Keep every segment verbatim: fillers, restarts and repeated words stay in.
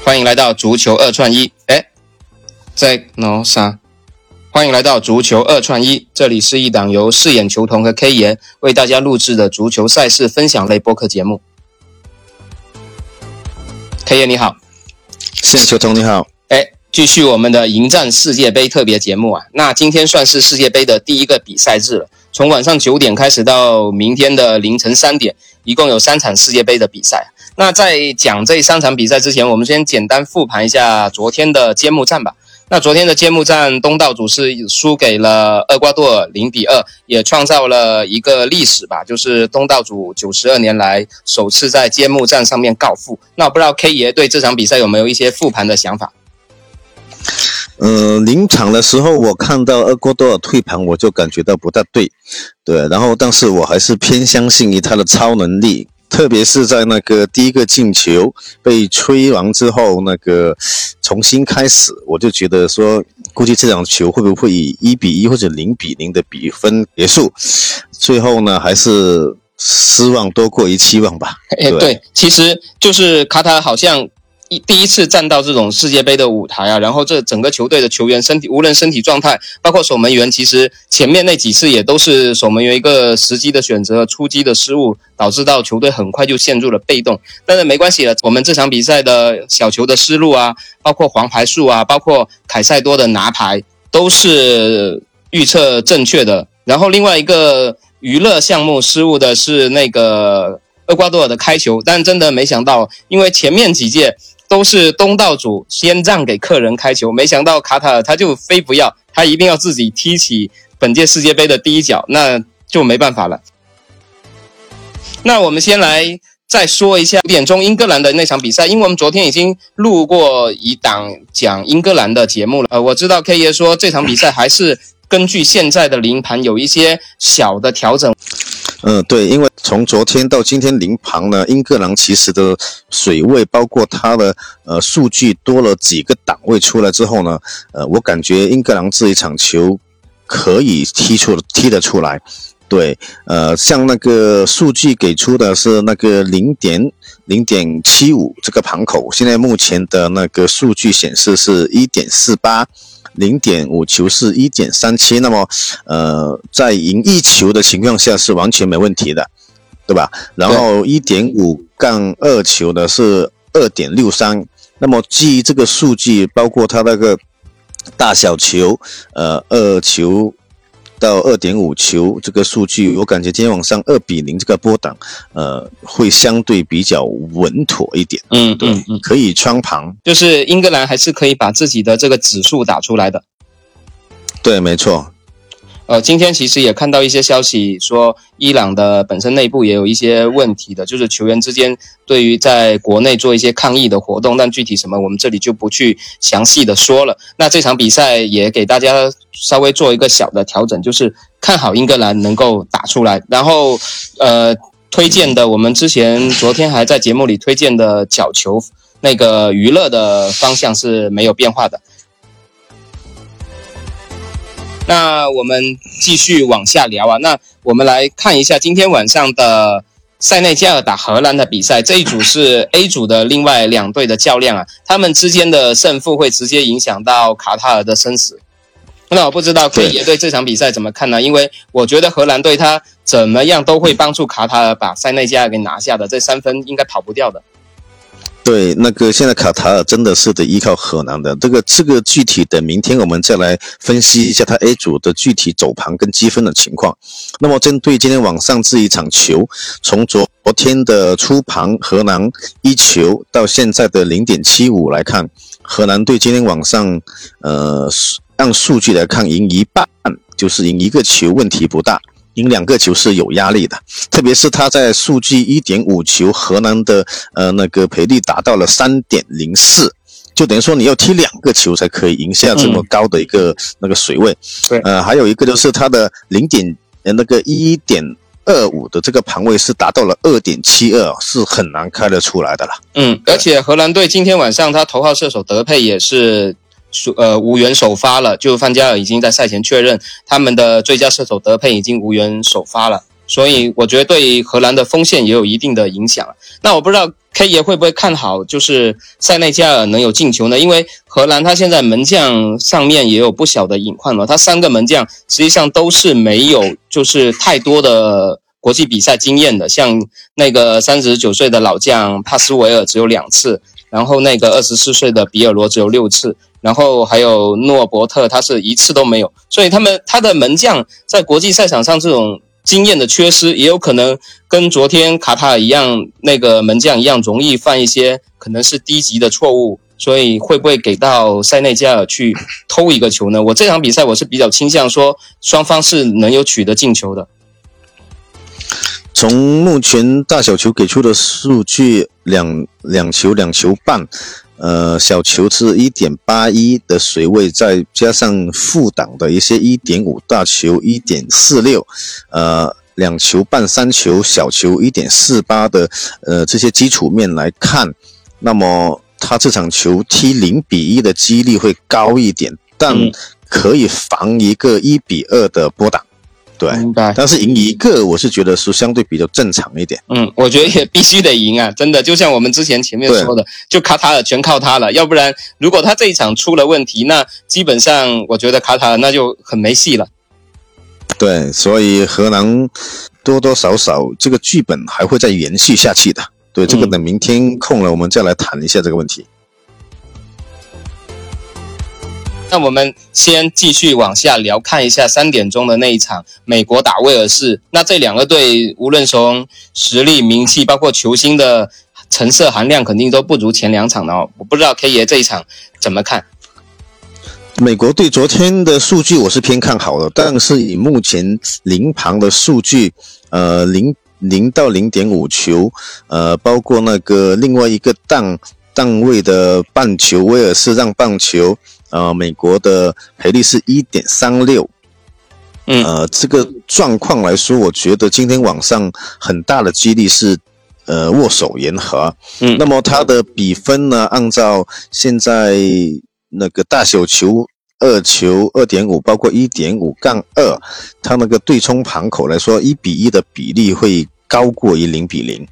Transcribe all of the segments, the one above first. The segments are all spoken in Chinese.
欢迎来到足球二串一。哎，在喏啥？欢迎来到足球二串一，这里是一档由饰演球童和 K 爷为大家录制的足球赛事分享类播客节目。K 爷你好。 饰演球童你好。 哎，继续我们的迎战世界杯特别节目啊。那今天算是世界杯的第一个比赛日了，从晚上九点开始到明天的凌晨三点，一共有三场世界杯的比赛。那在讲这三场比赛之前，我们先简单复盘一下昨天的揭幕战吧。那昨天的揭幕战，东道主是输给了厄瓜多尔零比二，也创造了一个历史吧，就是东道主九十二年来首次在揭幕战上面告负。那我不知道 K 爷对这场比赛有没有一些复盘的想法？ 呃，临场的时候我看到厄瓜多尔退盘，我就感觉到不大对，对，然后但是我还是偏相信于他的超能力。特别是在那个第一个进球被吹完之后，那个重新开始，我就觉得说，估计这场球会不会以一比一或者零比零的比分结束？最后呢，还是失望多过于期望吧。 对，对，其实就是卡塔尔好像第一次站到这种世界杯的舞台啊，然后这整个球队的球员身体，无论身体状态，包括守门员，其实前面那几次也都是守门员一个时机的选择，出击的失误，导致到球队很快就陷入了被动。但是没关系了，我们这场比赛的小球的失误啊，包括黄牌数啊，包括凯塞多的拿牌，都是预测正确的。然后另外一个娱乐项目失误的是那个厄瓜多尔的开球，但真的没想到，因为前面几届都是东道主先让给客人开球，没想到卡塔尔他就非不要，他一定要自己踢起本届世界杯的第一脚，那就没办法了。那我们先来再说一下五点钟英格兰的那场比赛，因为我们昨天已经录过一档讲英格兰的节目了。呃，我知道 K 爷说这场比赛还是根据现在的临盘有一些小的调整。 嗯，对，因为从昨天到今天临盘呢，英格兰其实的水位，包括它的呃数据多了几个档位出来之后呢，呃，我感觉英格兰这一场球可以踢出踢得出来。对，呃，像那个数据给出的是那个零点零点七五这个盘口，现在目前的那个数据显示是一点四八。零点五 球是 一点三七， 那么呃在赢一球的情况下是完全没问题的，对吧？然后 一点五 杠二球的是 二点六三， 那么基于这个数据，包括它那个大小球呃二球到 二点五 球这个数据，我感觉今天晚上二比零这个波档呃会相对比较稳妥一点。 嗯，对，嗯嗯， 可以穿盘， 就是英格兰还是可以把自己的这个指数打出来的。 对，没错。 呃，今天其实也看到一些消息说，伊朗的本身内部也有一些问题的，就是球员之间对于在国内做一些抗议的活动，但具体什么我们这里就不去详细的说了。那这场比赛也给大家稍微做一个小的调整，就是看好英格兰能够打出来，然后呃推荐的我们之前昨天还在节目里推荐的角球那个娱乐的方向是没有变化的。那我们继续往下聊啊，那我们来看一下今天晚上的塞内加尔打荷兰的比赛，这一组是 A 组的另外两队的较量啊，他们之间的胜负会直接影响到卡塔尔的生死。那我不知道 K 爷对这场比赛怎么看呢？因为我觉得荷兰队他怎么样都会帮助卡塔尔把塞内加尔给拿下的，这三分应该跑不掉的。 对，那个现在卡塔尔真的是得依靠荷兰的，这个这个具体的明天我们再来分析一下他 A 组的具体走盘跟积分的情况。那么针对今天晚上这一场球，从昨天的出盘荷兰一球到现在的 零点七五 来看，荷兰队今天晚上呃按数据来看赢一半，就是赢一个球问题不大。赢两个球是有压力的，特别是他在数据 一点五 球，荷兰的呃那个赔率达到了 三点零四， 就等于说你要踢两个球才可以赢下这么高的一个、嗯、那个水位。 对， 呃，还有一个就是他的零点呃那个 一点二五 的这个盘位是达到了 二点七二， 是很难开得出来的了。 嗯，而且荷兰队今天晚上他头号射手德佩也是呃无缘首发了，就范加尔已经在赛前确认他们的最佳射手德佩已经无缘首发了。 所以我觉得对荷兰的锋线也有一定的影响。那我不知道 K 爷会不会看好就是塞内加尔能有进球呢？因为荷兰他现在门将上面也有不小的隐患了，他三个门将实际上都是没有就是太多的国际比赛经验的，像那个三十九岁的老将帕斯维尔只有两次，然后那个二十四岁的比尔罗只有六次，然后还有诺伯特他是一次都没有，所以他们他的门将在国际赛场上这种经验的缺失，也有可能跟昨天卡塔尔一样，那个门将一样容易犯一些可能是低级的错误，所以会不会给到塞内加尔去偷一个球呢？我这场比赛我是比较倾向说双方是能有取得进球的。 从目前大小球给出的数据，两两球两球半，呃，小球是 一点八一 的水位，再加上负档的一些 一点五 大球 一点四六， 呃，两球半三球小球 一点四八 的呃这些基础面来看，那么他这场球踢零比一的几率会高一点，但可以防一个一比二的波挡。对， 明白。 但是赢一个，我是觉得是相对比较正常一点。 嗯，我觉得也必须得赢啊，真的，就像我们之前前面说的，就卡塔尔全靠他了，要不然如果他这一场出了问题，那基本上我觉得卡塔尔那就很没戏了。 对，所以荷兰多多少少这个剧本还会再延续下去的。对，这个等明天空了，我们再来谈一下这个问题。 那我们先继续往下聊，看一下三点钟的那一场美国打威尔士。那这两个队无论从实力、名气，包括球星的成色含量，肯定都不如前两场的哦。我不知道 K 爷这一场怎么看？ 美国队昨天的数据我是偏看好的，但是以目前临盘的数据，呃，零零到零点五球，呃，包括那个另外一个档档位的半球，威尔士让半球。呃，美国的赔率是 一点三六， 嗯，呃，这个状况来说，我觉得今天晚上很大的几率是呃握手言和，嗯，那么它的比分呢，按照现在那个大小球二球 二点五 包括 一点五杠二， 它那个对冲盘口来说，一比一的比例会高过于零比零。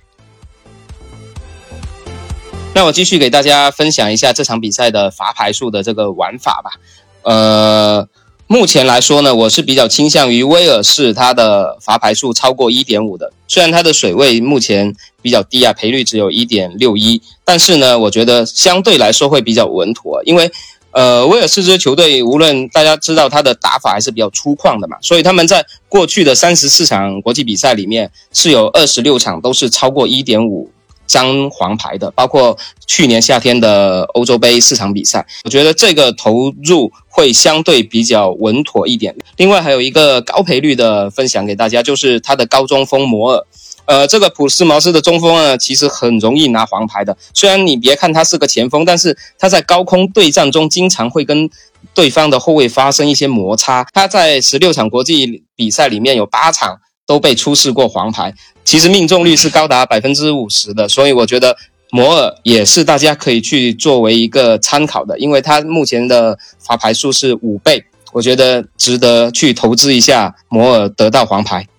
那我继续给大家分享一下这场比赛的罚牌数的这个玩法吧。呃，目前来说呢，我是比较倾向于威尔士它的罚牌数超过 一点五 的。虽然它的水位目前比较低啊，赔率只有 一点六一， 但是呢，我觉得相对来说会比较稳妥，因为呃，威尔士这支球队无论大家知道他的打法还是比较粗犷的嘛，所以他们在过去的三十四场国际比赛里面是有二十六场都是超过 一点五张黄牌的，包括去年夏天的欧洲杯四场比赛，我觉得这个投入会相对比较稳妥一点。另外还有一个高赔率的分享给大家，就是他的高中锋摩尔。呃，这个普斯茅斯的中锋呢，其实很容易拿黄牌的。虽然你别看他是个前锋，但是他在高空对战中经常会跟对方的后卫发生一些摩擦。他在十六场国际比赛里面有八场都被出示过黄牌，其实命中率是高达 百分之五十 的，所以我觉得摩尔也是大家可以去作为一个参考的，因为他目前的罚牌数是五倍，我觉得值得去投资一下摩尔得到黄牌。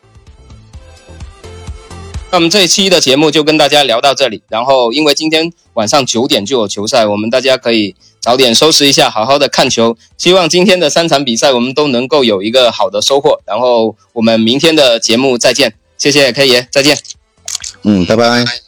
那我们这一期的节目就跟大家聊到这里，然后因为今天晚上九点就有球赛，我们大家可以早点收拾一下，好好的看球。希望今天的三场比赛我们都能够有一个好的收获，然后我们明天的节目再见。谢谢 K 爷，再见。 嗯，拜拜。